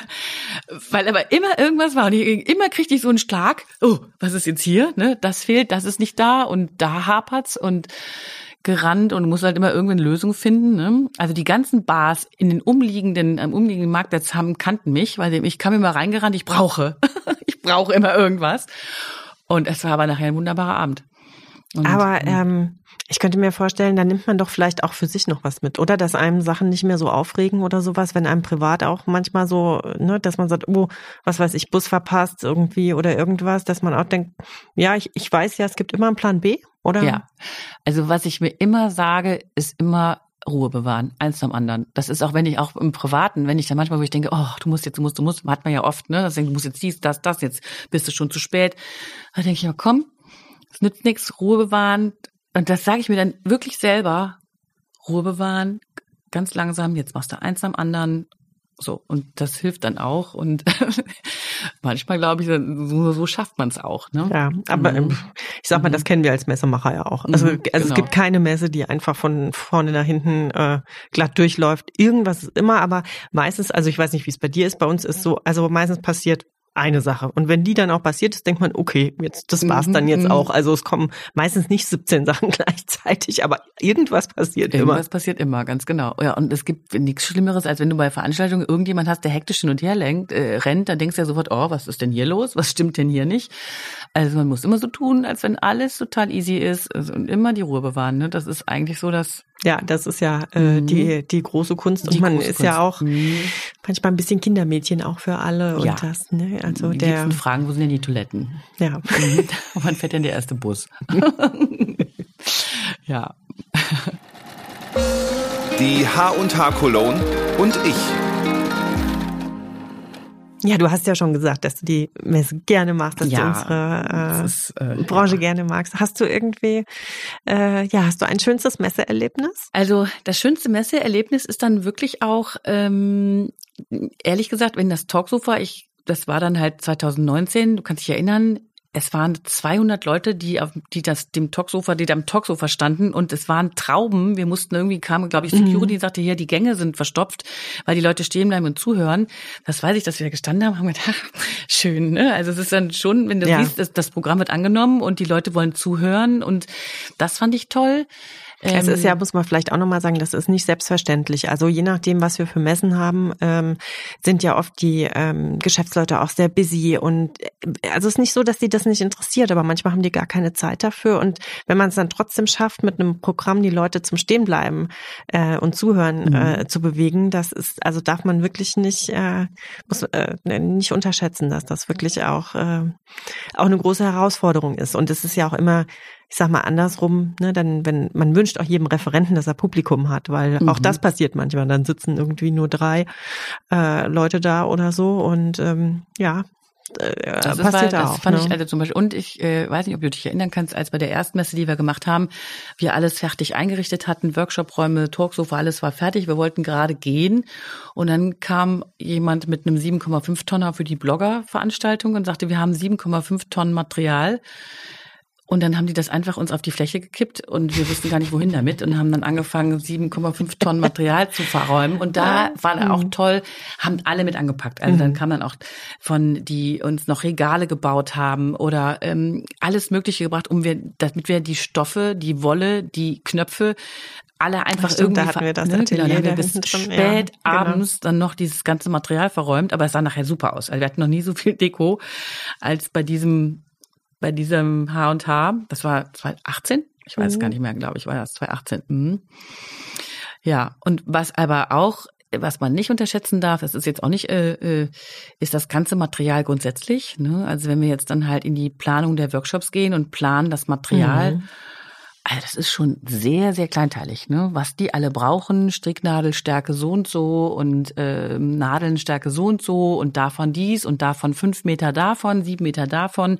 weil aber immer irgendwas war. Und immer kriegte ich so einen Schlag, oh, was ist jetzt hier? Ne? Das fehlt, das ist nicht da und da hapert's und gerannt und muss halt immer irgendwie eine Lösung finden. Ne? Also die ganzen Bars in den umliegenden Marktplatz kannten mich, weil ich kam immer reingerannt, ich brauche immer irgendwas. Und es war aber nachher ein wunderbarer Abend. Und, aber ich könnte mir vorstellen, da nimmt man doch vielleicht auch für sich noch was mit, oder? Dass einem Sachen nicht mehr so aufregen oder sowas, wenn einem privat auch manchmal so, ne, dass man sagt, oh, was weiß ich, Bus verpasst irgendwie oder irgendwas, dass man auch denkt, ja, ich weiß ja, es gibt immer einen Plan B, oder? Ja, also was ich mir immer sage, ist immer Ruhe bewahren, eins am anderen. Das ist auch, wenn ich auch im Privaten, wenn ich dann manchmal, wo ich denke, oh, du musst, hat man ja oft, ne, das denkt, du musst jetzt dies, das, jetzt bist du schon zu spät. Da denke ich immer, komm, es nützt nichts, Ruhe bewahren. Und das sage ich mir dann wirklich selber, Ruhe bewahren, ganz langsam, jetzt machst du eins am anderen So, und das hilft dann auch. Und manchmal, glaube ich, so schafft man es auch. Ne? Ja, aber ich sag mal, das kennen wir als Messemacher ja auch. Also es gibt keine Messe, die einfach von vorne nach hinten glatt durchläuft. Irgendwas ist immer, aber meistens, also ich weiß nicht, wie es bei dir ist, bei uns ist so, also meistens passiert eine Sache. Und wenn die dann auch passiert ist, denkt man, okay, jetzt das war's dann jetzt auch. Also es kommen meistens nicht 17 Sachen gleichzeitig, aber irgendwas passiert immer. Irgendwas passiert immer, ganz genau. Ja, und es gibt nichts Schlimmeres, als wenn du bei Veranstaltungen irgendjemand hast, der hektisch hin und her rennt, dann denkst du ja sofort, oh, was ist denn hier los? Was stimmt denn hier nicht? Also man muss immer so tun, als wenn alles total easy ist, also, und immer die Ruhe bewahren. Ne? Das ist eigentlich so das. Ja, das ist ja die große Kunst. Und man ist ja auch manchmal ein bisschen Kindermädchen auch für alle. Und das, ne? Also die liebsten Fragen, wo sind denn die Toiletten? Ja. Wann fährt denn der erste Bus? Ja. Die H&H Cologne und ich. Ja, du hast ja schon gesagt, dass du die Messe gerne magst, dass du unsere Branche gerne magst. Hast du irgendwie, hast du ein schönstes Messeerlebnis? Also das schönste Messeerlebnis ist dann wirklich auch, ehrlich gesagt, wenn das Talksofa, das war dann halt 2019, du kannst dich erinnern, es waren 200 Leute, die am Talksofa standen, und es waren Trauben. Wir mussten kam, glaube ich, Security, sagte hier, die Gänge sind verstopft, weil die Leute stehen bleiben und zuhören. Das weiß ich, dass wir da gestanden haben gedacht, schön, ne? Also es ist dann schon, wenn du siehst, das Programm wird angenommen und die Leute wollen zuhören, und das fand ich toll. Es ist ja, muss man vielleicht auch nochmal sagen, das ist nicht selbstverständlich. Also je nachdem, was wir für Messen haben, sind ja oft die Geschäftsleute auch sehr busy, und also es ist nicht so, dass die das nicht interessiert, aber manchmal haben die gar keine Zeit dafür, und wenn man es dann trotzdem schafft, mit einem Programm die Leute zum Stehenbleiben und Zuhören zu bewegen, das ist, also darf man wirklich nicht unterschätzen, dass das wirklich auch eine große Herausforderung ist. Und es ist ja auch immer, ich sag mal andersrum, ne, dann, wenn man wünscht auch jedem Referenten, dass er Publikum hat, weil auch das passiert manchmal. Dann sitzen irgendwie nur 3 Leute da oder so, und das passiert auch. Das fand ich also zum Beispiel. Und ich weiß nicht, ob du dich erinnern kannst, als bei der ersten Messe, die wir gemacht haben, wir alles fertig eingerichtet hatten, Workshop-Räume, Talksofa, alles war fertig. Wir wollten gerade gehen, und dann kam jemand mit einem 7,5 Tonner für die Blogger-Veranstaltung und sagte, wir haben 7,5 Tonnen Material. Und dann haben die das einfach uns auf die Fläche gekippt, und wir wussten gar nicht, wohin damit, und haben dann angefangen, 7,5 Tonnen Material zu verräumen. Und da war auch toll, haben alle mit angepackt. Also dann kam dann auch die uns noch Regale gebaut haben oder alles Mögliche gebracht, damit wir die Stoffe, die Wolle, die Knöpfe alle einfach irgendwie, da hatten wir das Atelier, da haben wir bis spät abends dann noch dieses ganze Material verräumt, aber es sah nachher super aus. Also wir hatten noch nie so viel Deko als bei diesem H&H, das war 2018, ich weiß gar nicht mehr, glaube ich, war das 2018. Ja, und was man nicht unterschätzen darf, das ist jetzt auch nicht, ist das ganze Material grundsätzlich. Ne? Also wenn wir jetzt dann halt in die Planung der Workshops gehen und planen das Material, also das ist schon sehr, sehr kleinteilig, ne? Was die alle brauchen, Stricknadelstärke so und so und Nadelnstärke so und davon dies und davon 5 Meter davon, 7 Meter davon.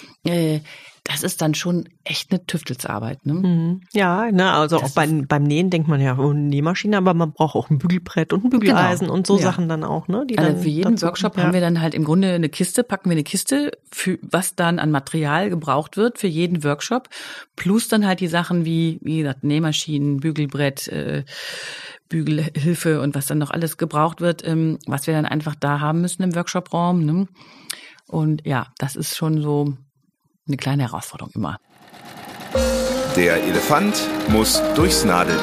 Das ist dann schon echt eine Tüftelsarbeit, ne? Ja, ne, also das auch beim Nähen denkt man ja, Nähmaschine, aber man braucht auch ein Bügelbrett und ein Bügeleisen und so Sachen dann auch, ne? Die also dann für jeden Workshop haben wir dann halt im Grunde packen wir eine Kiste, für was dann an Material gebraucht wird für jeden Workshop, plus dann halt die Sachen wie gesagt, Nähmaschinen, Bügelbrett, Bügelhilfe und was dann noch alles gebraucht wird, was wir dann einfach da haben müssen im Workshopraum, ne? Und ja, das ist schon so eine kleine Herausforderung immer. Der Elefant muss durchs Nadelöhr.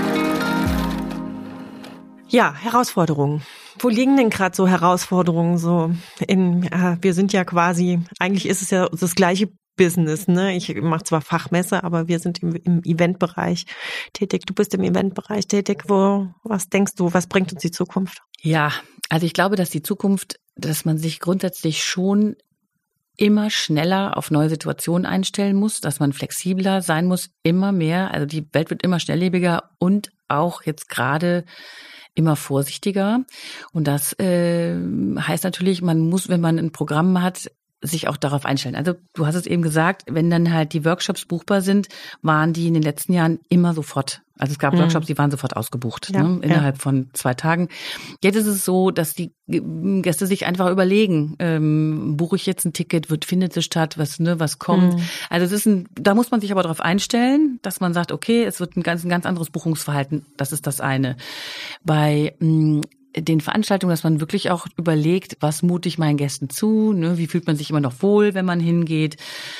Ja, Herausforderungen. Wo liegen denn gerade so Herausforderungen so wir sind ja quasi, eigentlich ist es ja das gleiche Business, ne? Ich mache zwar Fachmesse, aber wir sind im Eventbereich tätig. Du bist im Eventbereich tätig. Was denkst du, was bringt uns die Zukunft? Ja, also ich glaube, dass die Zukunft, dass man sich grundsätzlich schon immer schneller auf neue Situationen einstellen muss, dass man flexibler sein muss, immer mehr. Also die Welt wird immer schnelllebiger und auch jetzt gerade immer vorsichtiger. Und das heißt natürlich, man muss, wenn man ein Programm hat, sich auch darauf einstellen. Also du hast es eben gesagt, wenn dann halt die Workshops buchbar sind, waren die in den letzten Jahren immer sofort. Also es gab Workshops, die waren sofort ausgebucht, innerhalb von 2 Tagen. Jetzt ist es so, dass die Gäste sich einfach überlegen, buche ich jetzt ein Ticket, findet es statt, was kommt. Also da muss man sich aber darauf einstellen, dass man sagt, okay, es wird ein ganz anderes Buchungsverhalten. Das ist das eine. Bei den Veranstaltungen, dass man wirklich auch überlegt, was mute ich meinen Gästen zu, wie fühlt man sich immer noch wohl, wenn man hingeht.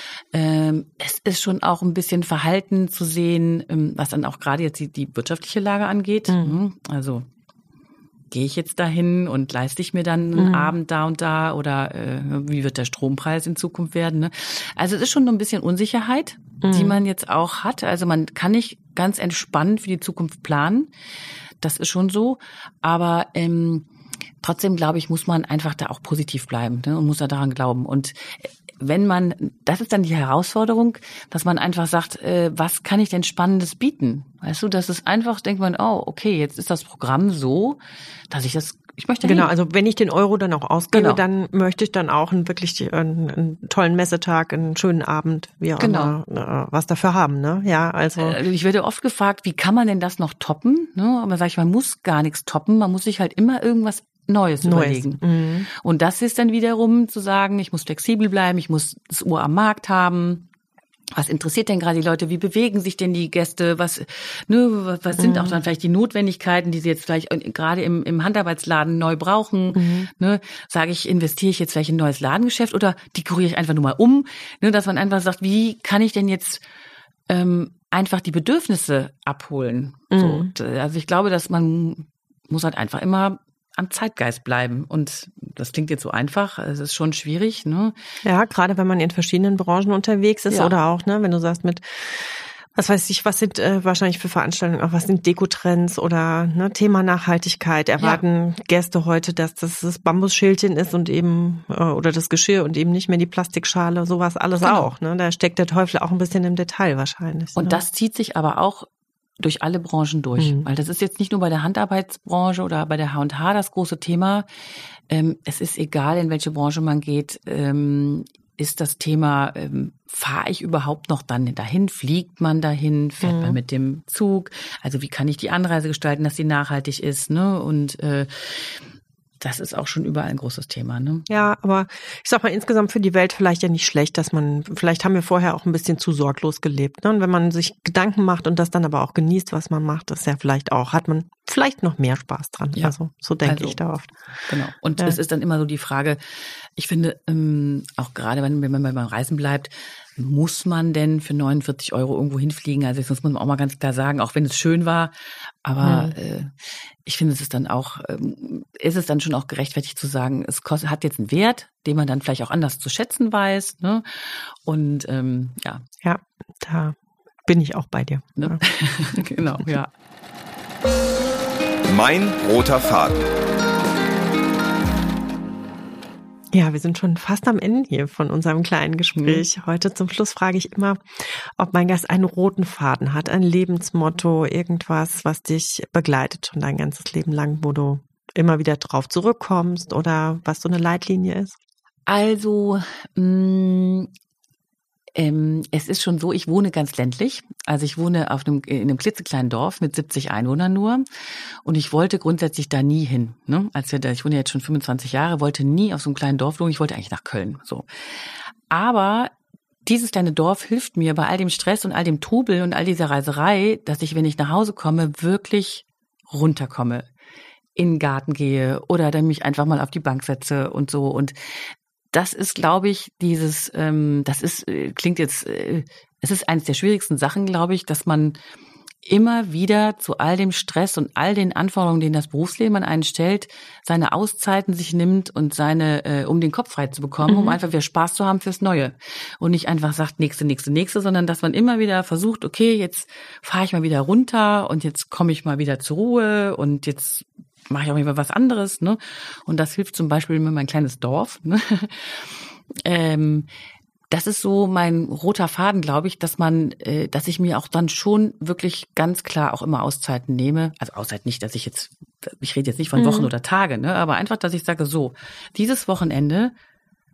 Es ist schon auch ein bisschen Verhalten zu sehen, was dann auch gerade jetzt die wirtschaftliche Lage angeht. Also gehe ich jetzt dahin und leiste ich mir dann einen Abend da und da oder wie wird der Strompreis in Zukunft werden? Ne? Also es ist schon so ein bisschen Unsicherheit, die man jetzt auch hat. Also man kann nicht ganz entspannt für die Zukunft planen. Das ist schon so, aber trotzdem, glaube ich, muss man einfach da auch positiv bleiben, und muss da daran glauben. Und das ist dann die Herausforderung, dass man einfach sagt, was kann ich denn Spannendes bieten? Weißt du, das ist einfach, denkt man, oh, okay, jetzt ist das Programm so, dass ich möchte Genau, also wenn ich den Euro dann auch ausgebe, dann möchte ich dann auch einen tollen Messetag, einen schönen Abend, wie auch immer, was dafür haben, ne? Ja, also. Ich werde oft gefragt, wie kann man denn das noch toppen? Ne? Aber sage ich, man muss gar nichts toppen, man muss sich halt immer irgendwas Neues überlegen. Und das ist dann wiederum zu sagen, ich muss flexibel bleiben, ich muss das Ohr am Markt haben. Was interessiert denn gerade die Leute? Wie bewegen sich denn die Gäste? Was sind auch dann vielleicht die Notwendigkeiten, die sie jetzt vielleicht gerade im Handarbeitsladen neu brauchen? Sage ich, investiere ich jetzt vielleicht in ein neues Ladengeschäft oder dekoriere ich einfach nur mal um? Dass man einfach sagt, wie kann ich denn jetzt einfach die Bedürfnisse abholen? So, also ich glaube, dass man muss halt einfach immer am Zeitgeist bleiben. Und das klingt jetzt so einfach, es ist schon schwierig, ne? Ja, gerade wenn man in verschiedenen Branchen unterwegs ist oder auch, wenn du sagst was weiß ich, was sind wahrscheinlich für Veranstaltungen, auch was sind Dekotrends oder Thema Nachhaltigkeit. Erwarten Gäste heute, dass das Bambusschildchen ist und eben oder das Geschirr und eben nicht mehr die Plastikschale, sowas alles auch. Ne? Da steckt der Teufel auch ein bisschen im Detail wahrscheinlich. Und das zieht sich aber auch durch alle Branchen durch. Weil das ist jetzt nicht nur bei der Handarbeitsbranche oder bei der H&H das große Thema. Es ist egal, in welche Branche man geht, ist das Thema, fahre ich überhaupt noch dann dahin? Fliegt man dahin? Fährt man mit dem Zug? Also wie kann ich die Anreise gestalten, dass sie nachhaltig ist? Ne? Und das ist auch schon überall ein großes Thema, ne? Ja, aber ich sag mal, insgesamt für die Welt vielleicht ja nicht schlecht, vielleicht haben wir vorher auch ein bisschen zu sorglos gelebt, ne? Und wenn man sich Gedanken macht und das dann aber auch genießt, was man macht, das ja hat man vielleicht noch mehr Spaß dran. Ja. Also, so denke ich da oft. Genau. Und es ist dann immer so die Frage, ich finde, auch gerade wenn man beim Reisen bleibt, muss man denn für 49 € irgendwo hinfliegen? Also das muss man auch mal ganz klar sagen, auch wenn es schön war. Aber ich finde, es ist dann schon auch gerechtfertigt zu sagen, hat jetzt einen Wert, den man dann vielleicht auch anders zu schätzen weiß. Ne? Und ja. Ja, da bin ich auch bei dir. Ne? Genau, ja. Mein roter Faden. Ja, wir sind schon fast am Ende hier von unserem kleinen Gespräch. Heute zum Schluss frage ich immer, ob mein Gast einen roten Faden hat, ein Lebensmotto, irgendwas, was dich begleitet schon dein ganzes Leben lang, wo du immer wieder drauf zurückkommst oder was so eine Leitlinie ist. Also, es ist schon so, ich wohne ganz ländlich. Also ich wohne in einem klitzekleinen Dorf mit 70 Einwohnern nur. Und ich wollte grundsätzlich da nie hin. Ne? Ich wohne jetzt schon 25 Jahre, wollte nie auf so einem kleinen Dorf wohnen. Ich wollte eigentlich nach Köln. So. Aber dieses kleine Dorf hilft mir bei all dem Stress und all dem Trubel und all dieser Reiserei, dass ich, wenn ich nach Hause komme, wirklich runterkomme. In den Garten gehe oder dann mich einfach mal auf die Bank setze und so. Und das ist, glaube ich, es ist eines der schwierigsten Sachen, glaube ich, dass man immer wieder zu all dem Stress und all den Anforderungen, denen das Berufsleben an einen stellt, seine Auszeiten sich nimmt und um den Kopf frei zu bekommen, um einfach wieder Spaß zu haben fürs Neue. Und nicht einfach sagt, nächste, sondern dass man immer wieder versucht, okay, jetzt fahre ich mal wieder runter und jetzt komme ich mal wieder zur Ruhe und jetzt mache ich auch mal was anderes, ne? Und das hilft zum Beispiel mit mein kleines Dorf, ne? Das ist so mein roter Faden, glaube ich, dass ich mir auch dann schon wirklich ganz klar auch immer Auszeiten nehme. Also Auszeit nicht, ich rede jetzt nicht von Wochen oder Tage, ne? Aber einfach, dass ich sage, so, dieses Wochenende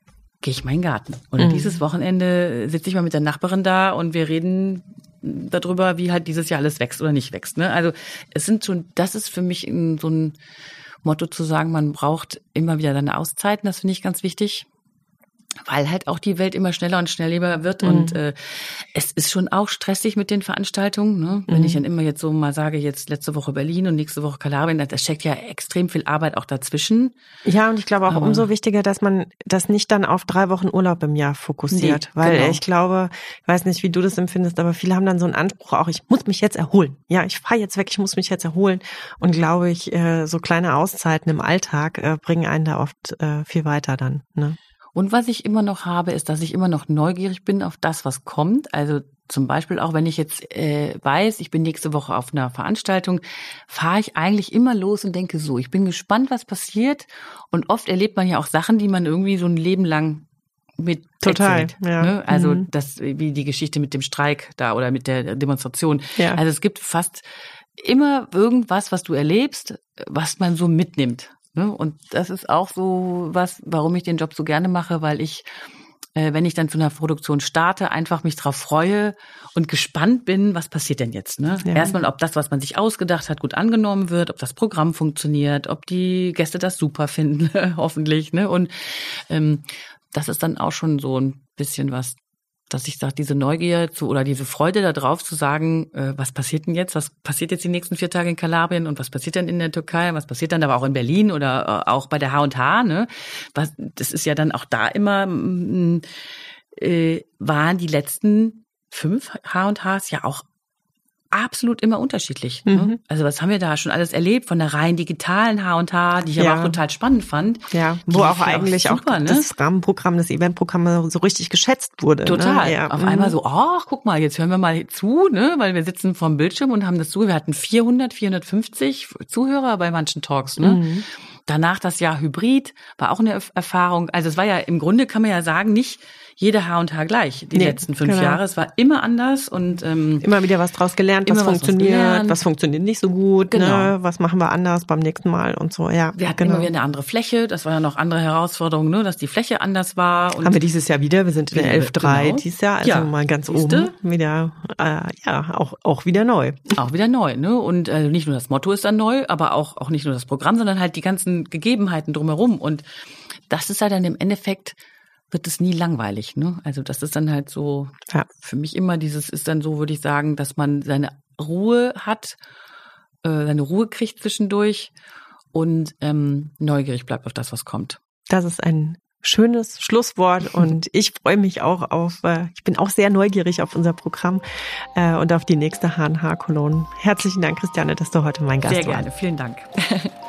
gehe ich mal in den Garten. Oder dieses Wochenende sitze ich mal mit der Nachbarin da und wir reden darüber, wie halt dieses Jahr alles wächst oder nicht wächst. Ne? Also das ist für mich so ein Motto zu sagen, man braucht immer wieder seine Auszeiten, das finde ich ganz wichtig. Weil halt auch die Welt immer schneller und schnelllebiger wird und es ist schon auch stressig mit den Veranstaltungen. Ne? Wenn ich dann immer jetzt so mal sage, jetzt letzte Woche Berlin und nächste Woche Kalabrien, da steckt ja extrem viel Arbeit auch dazwischen. Ja, und ich glaube auch umso wichtiger, dass man das nicht dann auf 3 Wochen Urlaub im Jahr fokussiert. Nee, weil ich glaube, ich weiß nicht, wie du das empfindest, aber viele haben dann so einen Anspruch auch, ich muss mich jetzt erholen. Ja, ich fahre jetzt weg, ich muss mich jetzt erholen. Und glaube ich, so kleine Auszeiten im Alltag bringen einen da oft viel weiter dann, ne? Und was ich immer noch habe, ist, dass ich immer noch neugierig bin auf das, was kommt. Also zum Beispiel auch, wenn ich jetzt weiß, ich bin nächste Woche auf einer Veranstaltung, fahre ich eigentlich immer los und denke so, ich bin gespannt, was passiert. Und oft erlebt man ja auch Sachen, die man irgendwie so ein Leben lang mit erzählt, ja. Ne? Also das wie die Geschichte mit dem Streik da oder mit der Demonstration. Ja. Also es gibt fast immer irgendwas, was du erlebst, was man so mitnimmt. Und das ist auch so was, warum ich den Job so gerne mache, weil ich, wenn ich dann zu einer Produktion starte, einfach mich drauf freue und gespannt bin, was passiert denn jetzt? Ne? Ja. Erstmal, ob das, was man sich ausgedacht hat, gut angenommen wird, ob das Programm funktioniert, ob die Gäste das super finden, hoffentlich. Ne? Und das ist dann auch schon so ein bisschen was, dass ich sage, diese Neugier oder diese Freude da drauf zu sagen, was passiert denn jetzt? Was passiert jetzt die nächsten 4 Tage in Kalabrien und was passiert dann in der Türkei? Was passiert dann aber auch in Berlin oder auch bei der H&H? Ne? Das ist ja dann auch da immer, waren die letzten 5 H&Hs ja auch absolut immer unterschiedlich. Ne? Also was haben wir da schon alles erlebt von der rein digitalen H&H, die ich aber auch total spannend fand. Ja, wo auch eigentlich auch super, das Rahmenprogramm, das Eventprogramm so richtig geschätzt wurde. Total. Ne? Ja. Auf einmal so, guck mal, jetzt hören wir mal zu, ne, weil wir sitzen vorm Bildschirm und haben das zu. Wir hatten 450 Zuhörer bei manchen Talks. Ne? Danach das Jahr Hybrid war auch eine Erfahrung. Also es war ja im Grunde, kann man ja sagen, nicht jede H&H gleich, die letzten 5 Jahre. Es war immer anders und immer wieder was draus gelernt, was funktioniert, was funktioniert nicht so gut, ne? Was machen wir anders beim nächsten Mal und so. Ja, wir hatten immer wieder eine andere Fläche, das war ja noch andere Herausforderung, ne? Dass die Fläche anders war. Und haben wir dieses Jahr wieder, wir sind in der 11.3 dieses Jahr, also mal ganz oben wieder, auch wieder neu. Auch wieder neu, ne? Und nicht nur das Motto ist dann neu, aber auch nicht nur das Programm, sondern halt die ganzen Gegebenheiten drumherum und das ist halt dann im Endeffekt wird es nie langweilig, ne? Also das ist dann halt so, für mich immer ist dann so, würde ich sagen, dass man seine Ruhe hat, seine Ruhe kriegt zwischendurch und neugierig bleibt auf das, was kommt. Das ist ein schönes Schlusswort und ich freue mich auch ich bin auch sehr neugierig auf unser Programm und auf die nächste H&H Cologne. Herzlichen Dank, Christiane, dass du heute mein Gast warst. Sehr gerne, vielen Dank.